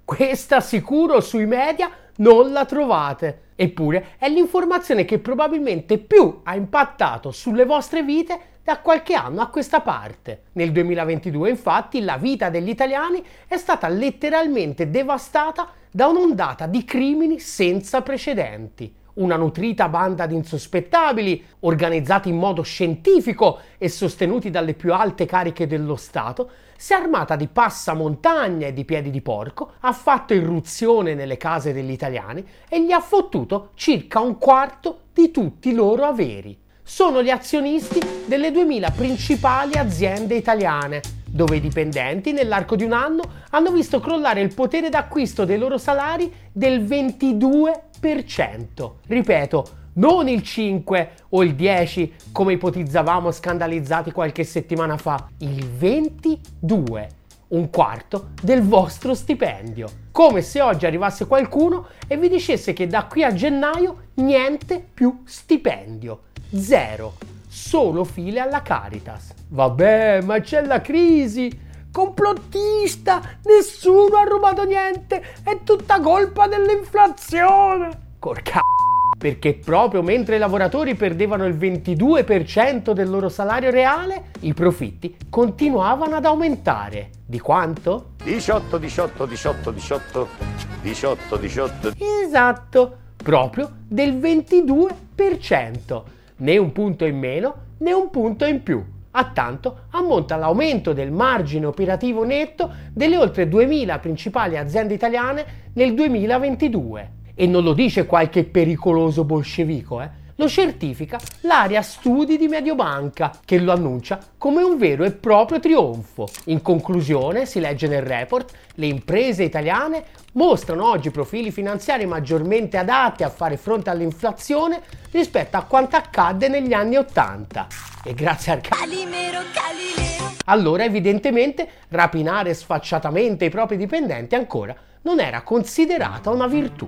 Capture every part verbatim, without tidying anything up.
Questa sicuro sui media non la trovate. Eppure è l'informazione che probabilmente più ha impattato sulle vostre vite da qualche anno a questa parte. Nel duemilaventidue, infatti, la vita degli italiani è stata letteralmente devastata da un'ondata di crimini senza precedenti. Una nutrita banda di insospettabili, organizzati in modo scientifico e sostenuti dalle più alte cariche dello Stato, si è armata di passamontagna e di piedi di porco, ha fatto irruzione nelle case degli italiani e gli ha fottuto circa un quarto di tutti i loro averi. Sono gli azionisti delle duemila principali aziende italiane, dove i dipendenti nell'arco di un anno hanno visto crollare il potere d'acquisto dei loro salari del ventidue per cento. Ripeto, non il cinque o il dieci come ipotizzavamo scandalizzati qualche settimana fa, il ventidue, un quarto del vostro stipendio. Come se oggi arrivasse qualcuno e vi dicesse che da qui a gennaio niente più stipendio. Zero. Solo file alla Caritas. Vabbè, ma c'è la crisi. Complottista, nessuno ha rubato niente, è tutta colpa dell'inflazione. Corca, perché proprio mentre i lavoratori perdevano il ventidue per cento del loro salario reale, i profitti continuavano ad aumentare. Di quanto? diciotto, diciotto, diciotto, diciotto, diciotto, diciotto. Esatto, proprio del ventidue per cento. Né un punto in meno, né un punto in più. A tanto ammonta l'aumento del margine operativo netto delle oltre duemila principali aziende italiane nel duemilaventidue. E non lo dice qualche pericoloso bolscevico, eh? Lo certifica l'area studi di Mediobanca, che lo annuncia come un vero e proprio trionfo. In conclusione, si legge nel report, le imprese italiane mostrano oggi profili finanziari maggiormente adatti a fare fronte all'inflazione rispetto a quanto accadde negli anni Ottanta. E grazie al Calimero, Calimero. Allora, evidentemente, rapinare sfacciatamente i propri dipendenti ancora non era considerata una virtù.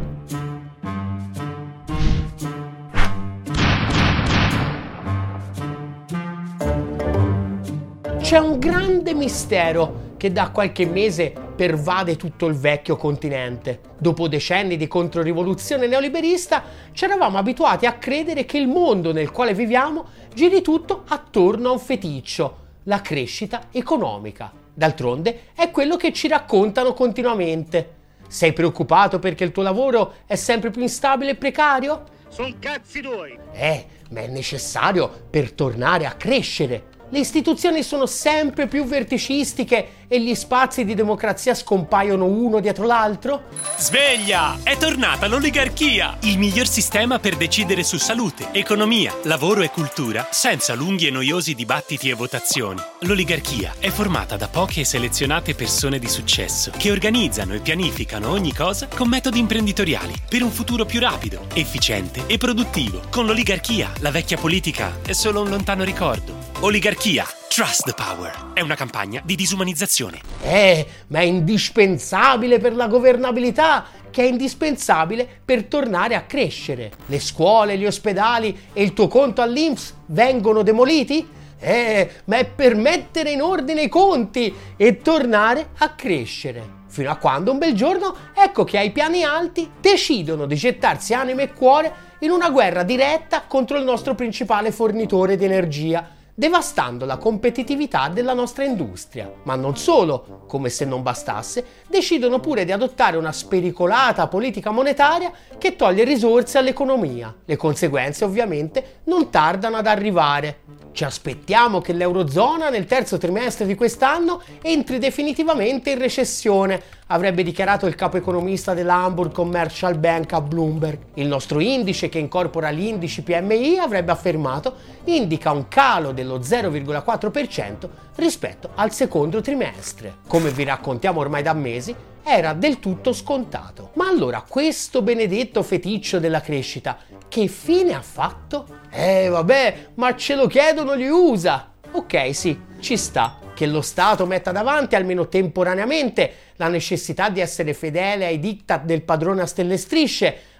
C'è un grande mistero che da qualche mese pervade tutto il vecchio continente. Dopo decenni di controrivoluzione neoliberista, ci eravamo abituati a credere che il mondo nel quale viviamo giri tutto attorno a un feticcio, la crescita economica. D'altronde è quello che ci raccontano continuamente. Sei preoccupato perché il tuo lavoro è sempre più instabile e precario? Son cazzi tuoi! Eh, ma è necessario per tornare a crescere. Le istituzioni sono sempre più verticistiche e gli spazi di democrazia scompaiono uno dietro l'altro? Sveglia! È tornata l'oligarchia! Il miglior sistema per decidere su salute, economia, lavoro e cultura senza lunghi e noiosi dibattiti e votazioni. L'oligarchia è formata da poche e selezionate persone di successo che organizzano e pianificano ogni cosa con metodi imprenditoriali per un futuro più rapido, efficiente e produttivo. Con l'oligarchia la vecchia politica è solo un lontano ricordo. Oligarchia. Trust the power. È una campagna di disumanizzazione. Eh, ma è indispensabile per la governabilità, che è indispensabile per tornare a crescere. Le scuole, gli ospedali e il tuo conto all'I N P S vengono demoliti? Eh, ma è per mettere in ordine i conti e tornare a crescere. Fino a quando un bel giorno, ecco che ai piani alti decidono di gettarsi anima e cuore in una guerra diretta contro il nostro principale fornitore di energia, devastando la competitività della nostra industria. Ma non solo, come se non bastasse, decidono pure di adottare una spericolata politica monetaria che toglie risorse all'economia. Le conseguenze ovviamente non tardano ad arrivare. Ci aspettiamo che l'Eurozona nel terzo trimestre di quest'anno entri definitivamente in recessione, avrebbe dichiarato il capo economista della Hamburg Commercial Bank a Bloomberg. Il nostro indice, che incorpora gli indici P M I, avrebbe affermato, indica un calo dello zero virgola quattro per cento rispetto al secondo trimestre. Come vi raccontiamo ormai da mesi, era del tutto scontato. Ma allora questo benedetto feticcio della crescita, che fine ha fatto? Eh vabbè, ma ce lo chiedono gli U S A! Ok, sì, ci sta che lo Stato metta davanti, almeno temporaneamente, la necessità di essere fedele ai diktat del padrone a stelle e strisce,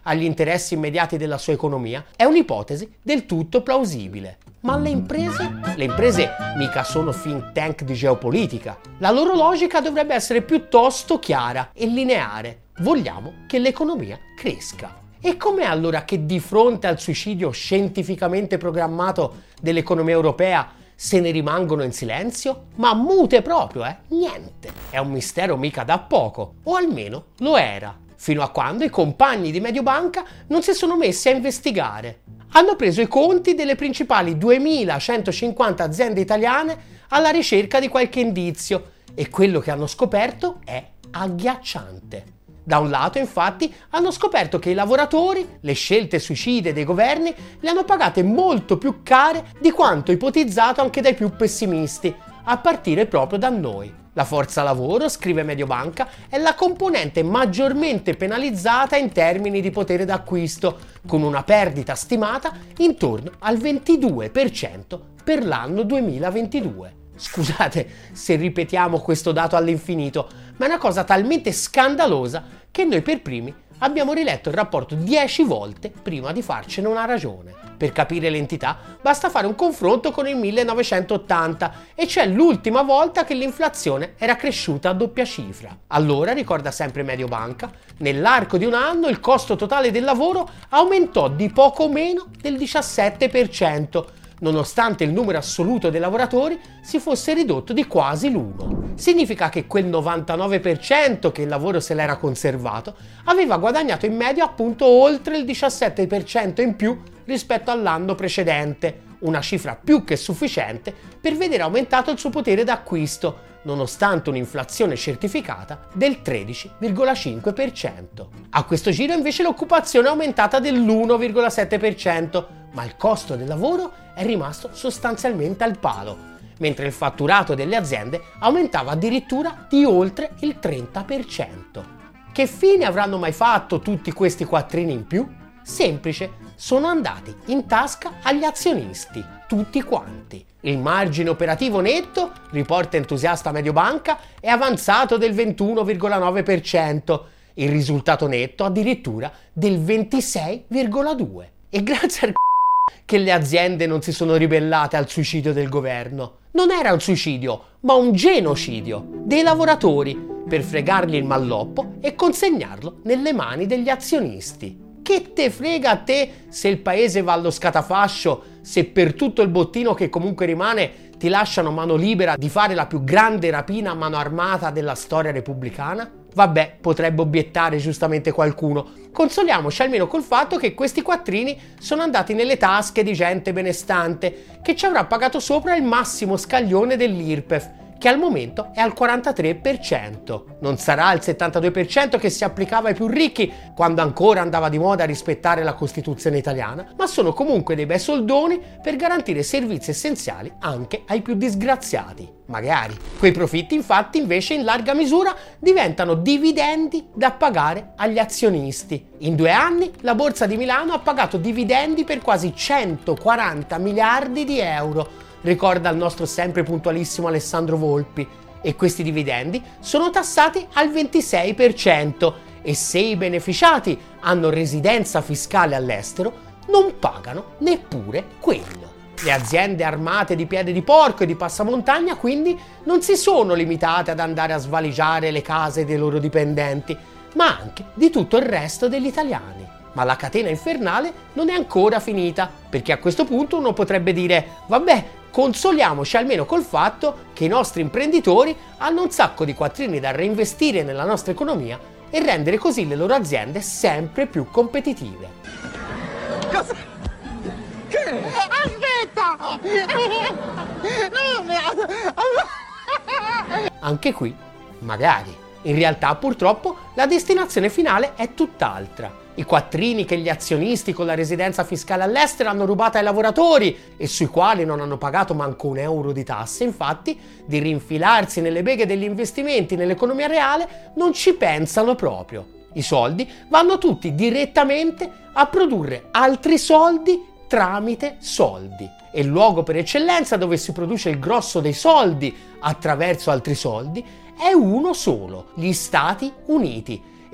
agli interessi immediati della sua economia è un'ipotesi del tutto plausibile. Ma le imprese? Le imprese mica sono think tank di geopolitica. La loro logica dovrebbe essere piuttosto chiara e lineare. Vogliamo che l'economia cresca. E com'è allora che di fronte al suicidio scientificamente programmato dell'economia europea se ne rimangono in silenzio? Ma mute proprio, eh? Niente. È un mistero mica da poco, o almeno lo era, fino a quando i compagni di Mediobanca non si sono messi a investigare. Hanno preso i conti delle principali duemilacentocinquanta aziende italiane alla ricerca di qualche indizio e quello che hanno scoperto è agghiacciante. Da un lato, infatti, hanno scoperto che i lavoratori, le scelte suicide dei governi, le hanno pagate molto più care di quanto ipotizzato anche dai più pessimisti, a partire proprio da noi. La forza lavoro, scrive Mediobanca, è la componente maggiormente penalizzata in termini di potere d'acquisto, con una perdita stimata intorno al ventidue per cento per l'anno duemilaventidue. Scusate se ripetiamo questo dato all'infinito, ma è una cosa talmente scandalosa che noi per primi abbiamo riletto il rapporto dieci volte prima di farcene una ragione. Per capire l'entità basta fare un confronto con il millenovecentottanta, e cioè l'ultima volta che l'inflazione era cresciuta a doppia cifra. Allora, ricorda sempre Mediobanca, nell'arco di un anno il costo totale del lavoro aumentò di poco meno del diciassette per cento, nonostante il numero assoluto dei lavoratori si fosse ridotto di quasi l'uno. Significa che quel novantanove per cento che il lavoro se l'era conservato aveva guadagnato in media appunto oltre il diciassette per cento in più rispetto all'anno precedente, una cifra più che sufficiente per vedere aumentato il suo potere d'acquisto, nonostante un'inflazione certificata del tredici virgola cinque per cento. A questo giro invece l'occupazione è aumentata dell'uno virgola sette per cento, ma il costo del lavoro è rimasto sostanzialmente al palo, mentre il fatturato delle aziende aumentava addirittura di oltre il trenta per cento. Che fine avranno mai fatto tutti questi quattrini in più? Semplice, sono andati in tasca agli azionisti, tutti quanti. Il margine operativo netto, riporta entusiasta Mediobanca, è avanzato del ventuno virgola nove per cento, il risultato netto addirittura del ventisei virgola due per cento. E grazie al che le aziende non si sono ribellate al suicidio del governo. Non era un suicidio, ma un genocidio dei lavoratori per fregargli il malloppo e consegnarlo nelle mani degli azionisti. Che te frega a te se il paese va allo scatafascio, se per tutto il bottino che comunque rimane ti lasciano mano libera di fare la più grande rapina a mano armata della storia repubblicana? Vabbè, potrebbe obiettare giustamente qualcuno. Consoliamoci almeno col fatto che questi quattrini sono andati nelle tasche di gente benestante che ci avrà pagato sopra il massimo scaglione dell'I R P E F, che al momento è al quarantatré per cento. Non sarà il settantadue per cento che si applicava ai più ricchi quando ancora andava di moda rispettare la Costituzione italiana, ma sono comunque dei bei soldoni per garantire servizi essenziali anche ai più disgraziati. Magari. Quei profitti infatti invece in larga misura diventano dividendi da pagare agli azionisti. In due anni la Borsa di Milano ha pagato dividendi per quasi centoquaranta miliardi di euro, ricorda il nostro sempre puntualissimo Alessandro Volpi, e questi dividendi sono tassati al ventisei per cento e se i beneficiati hanno residenza fiscale all'estero non pagano neppure quello. Le aziende armate di piede di porco e di passamontagna quindi non si sono limitate ad andare a svaligiare le case dei loro dipendenti, ma anche di tutto il resto degli italiani. Ma la catena infernale non è ancora finita, perché a questo punto uno potrebbe dire vabbè, consoliamoci almeno col fatto che i nostri imprenditori hanno un sacco di quattrini da reinvestire nella nostra economia e rendere così le loro aziende sempre più competitive. Cosa? Che? Aspetta! No, Anche qui, magari. In realtà, purtroppo, la destinazione finale è tutt'altra. I quattrini che gli azionisti con la residenza fiscale all'estero hanno rubato ai lavoratori e sui quali non hanno pagato manco un euro di tasse, infatti, di rinfilarsi nelle beghe degli investimenti nell'economia reale non ci pensano proprio. I soldi vanno tutti direttamente a produrre altri soldi tramite soldi. E il luogo per eccellenza dove si produce il grosso dei soldi attraverso altri soldi è uno solo, gli Stati Uniti.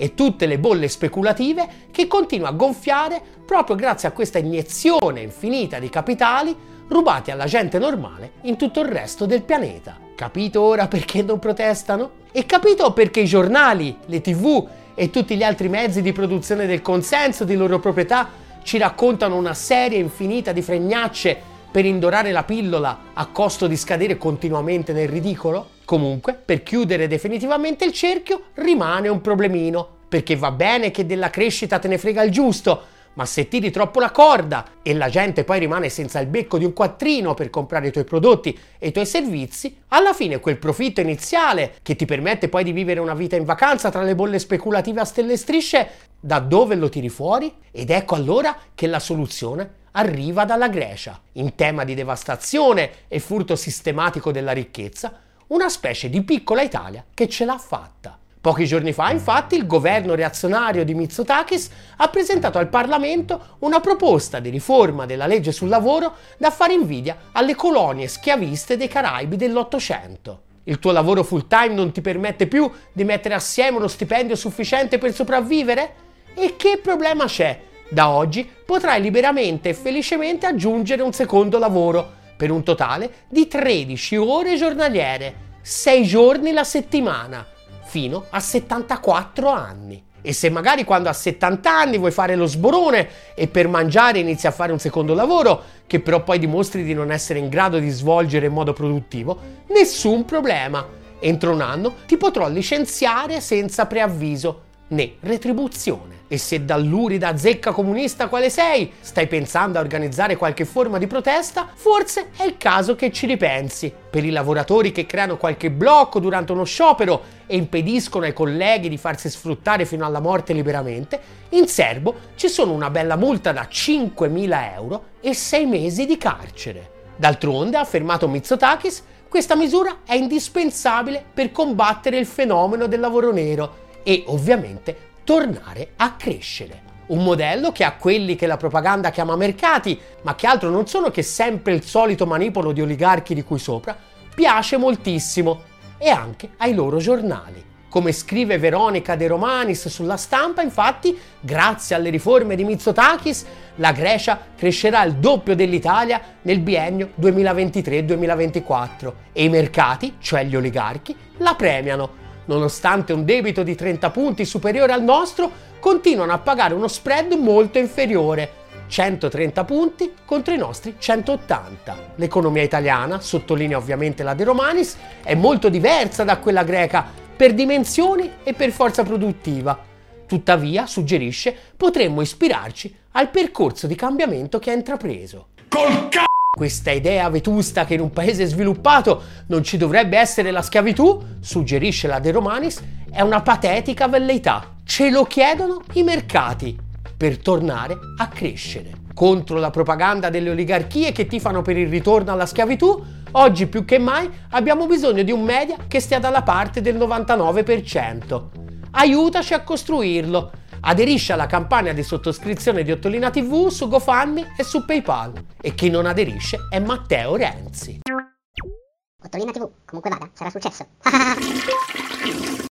e tutte le bolle speculative che continua a gonfiare proprio grazie a questa iniezione infinita di capitali rubati alla gente normale in tutto il resto del pianeta. Capito ora perché non protestano? E capito perché i giornali, le tivù e tutti gli altri mezzi di produzione del consenso di loro proprietà ci raccontano una serie infinita di fregnacce per indorare la pillola a costo di scadere continuamente nel ridicolo? Comunque, per chiudere definitivamente il cerchio, rimane un problemino, perché va bene che della crescita te ne frega il giusto, ma se tiri troppo la corda e la gente poi rimane senza il becco di un quattrino per comprare i tuoi prodotti e i tuoi servizi, alla fine quel profitto iniziale, che ti permette poi di vivere una vita in vacanza tra le bolle speculative a stelle e strisce, da dove lo tiri fuori? Ed ecco allora che la soluzione arriva dalla Grecia. In tema di devastazione e furto sistematico della ricchezza, una specie di piccola Italia che ce l'ha fatta. Pochi giorni fa, infatti, il governo reazionario di Mitsotakis ha presentato al Parlamento una proposta di riforma della legge sul lavoro da fare invidia alle colonie schiaviste dei Caraibi dell'Ottocento. Il tuo lavoro full time non ti permette più di mettere assieme uno stipendio sufficiente per sopravvivere? E che problema c'è? Da oggi potrai liberamente e felicemente aggiungere un secondo lavoro, per un totale di tredici ore giornaliere, sei giorni la settimana, fino a settantaquattro anni. E se magari quando a settanta anni vuoi fare lo sborone e per mangiare inizi a fare un secondo lavoro, che però poi dimostri di non essere in grado di svolgere in modo produttivo, nessun problema. Entro un anno ti potrò licenziare senza preavviso né retribuzione. E se dall'urida zecca comunista quale sei stai pensando a organizzare qualche forma di protesta, forse è il caso che ci ripensi. Per i lavoratori che creano qualche blocco durante uno sciopero e impediscono ai colleghi di farsi sfruttare fino alla morte liberamente, in serbo ci sono una bella multa da cinquemila euro e sei mesi di carcere. D'altronde, ha affermato Mitsotakis, questa misura è indispensabile per combattere il fenomeno del lavoro nero e ovviamente tornare a crescere. Un modello che a quelli che la propaganda chiama mercati, ma che altro non sono che sempre il solito manipolo di oligarchi di cui sopra, piace moltissimo e anche ai loro giornali. Come scrive Veronica De Romanis sulla Stampa, infatti, grazie alle riforme di Mitsotakis, la Grecia crescerà il doppio dell'Italia nel biennio duemilaventitré duemilaventiquattro e i mercati, cioè gli oligarchi, la premiano. Nonostante un debito di trenta punti superiore al nostro, continuano a pagare uno spread molto inferiore, centotrenta punti contro i nostri centottanta. L'economia italiana, sottolinea ovviamente la De Romanis, è molto diversa da quella greca per dimensioni e per forza produttiva. Tuttavia, suggerisce, potremmo ispirarci al percorso di cambiamento che ha intrapreso. Col c***o! Questa idea vetusta che in un paese sviluppato non ci dovrebbe essere la schiavitù, suggerisce la De Romanis, è una patetica velleità. Ce lo chiedono i mercati per tornare a crescere. Contro la propaganda delle oligarchie che tifano per il ritorno alla schiavitù, oggi più che mai abbiamo bisogno di un media che stia dalla parte del novantanove per cento. Aiutaci a costruirlo. Aderisce alla campagna di sottoscrizione di Ottolina tivù su GoFundMe e su PayPal. E chi non aderisce è Matteo Renzi. Ottolina tivù, comunque vada, sarà successo.